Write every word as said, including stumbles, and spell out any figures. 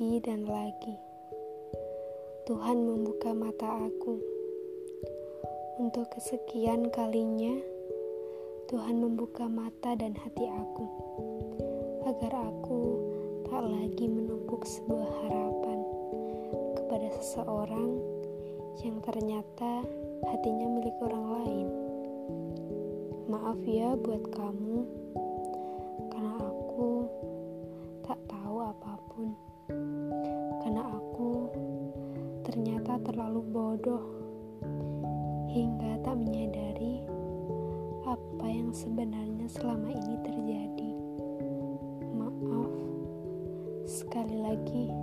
Lagi dan lagi, Tuhan membuka mata aku. Untuk kesekian kalinya, Tuhan membuka mata dan hati aku, agar aku tak lagi menumpuk sebuah harapan kepada seseorang yang ternyata hatinya milik orang lain. Maaf ya buat kamu, karena aku tak tahu apapun. Karena aku ternyata terlalu bodoh hingga tak menyadari apa yang sebenarnya selama ini terjadi. Maaf sekali lagi.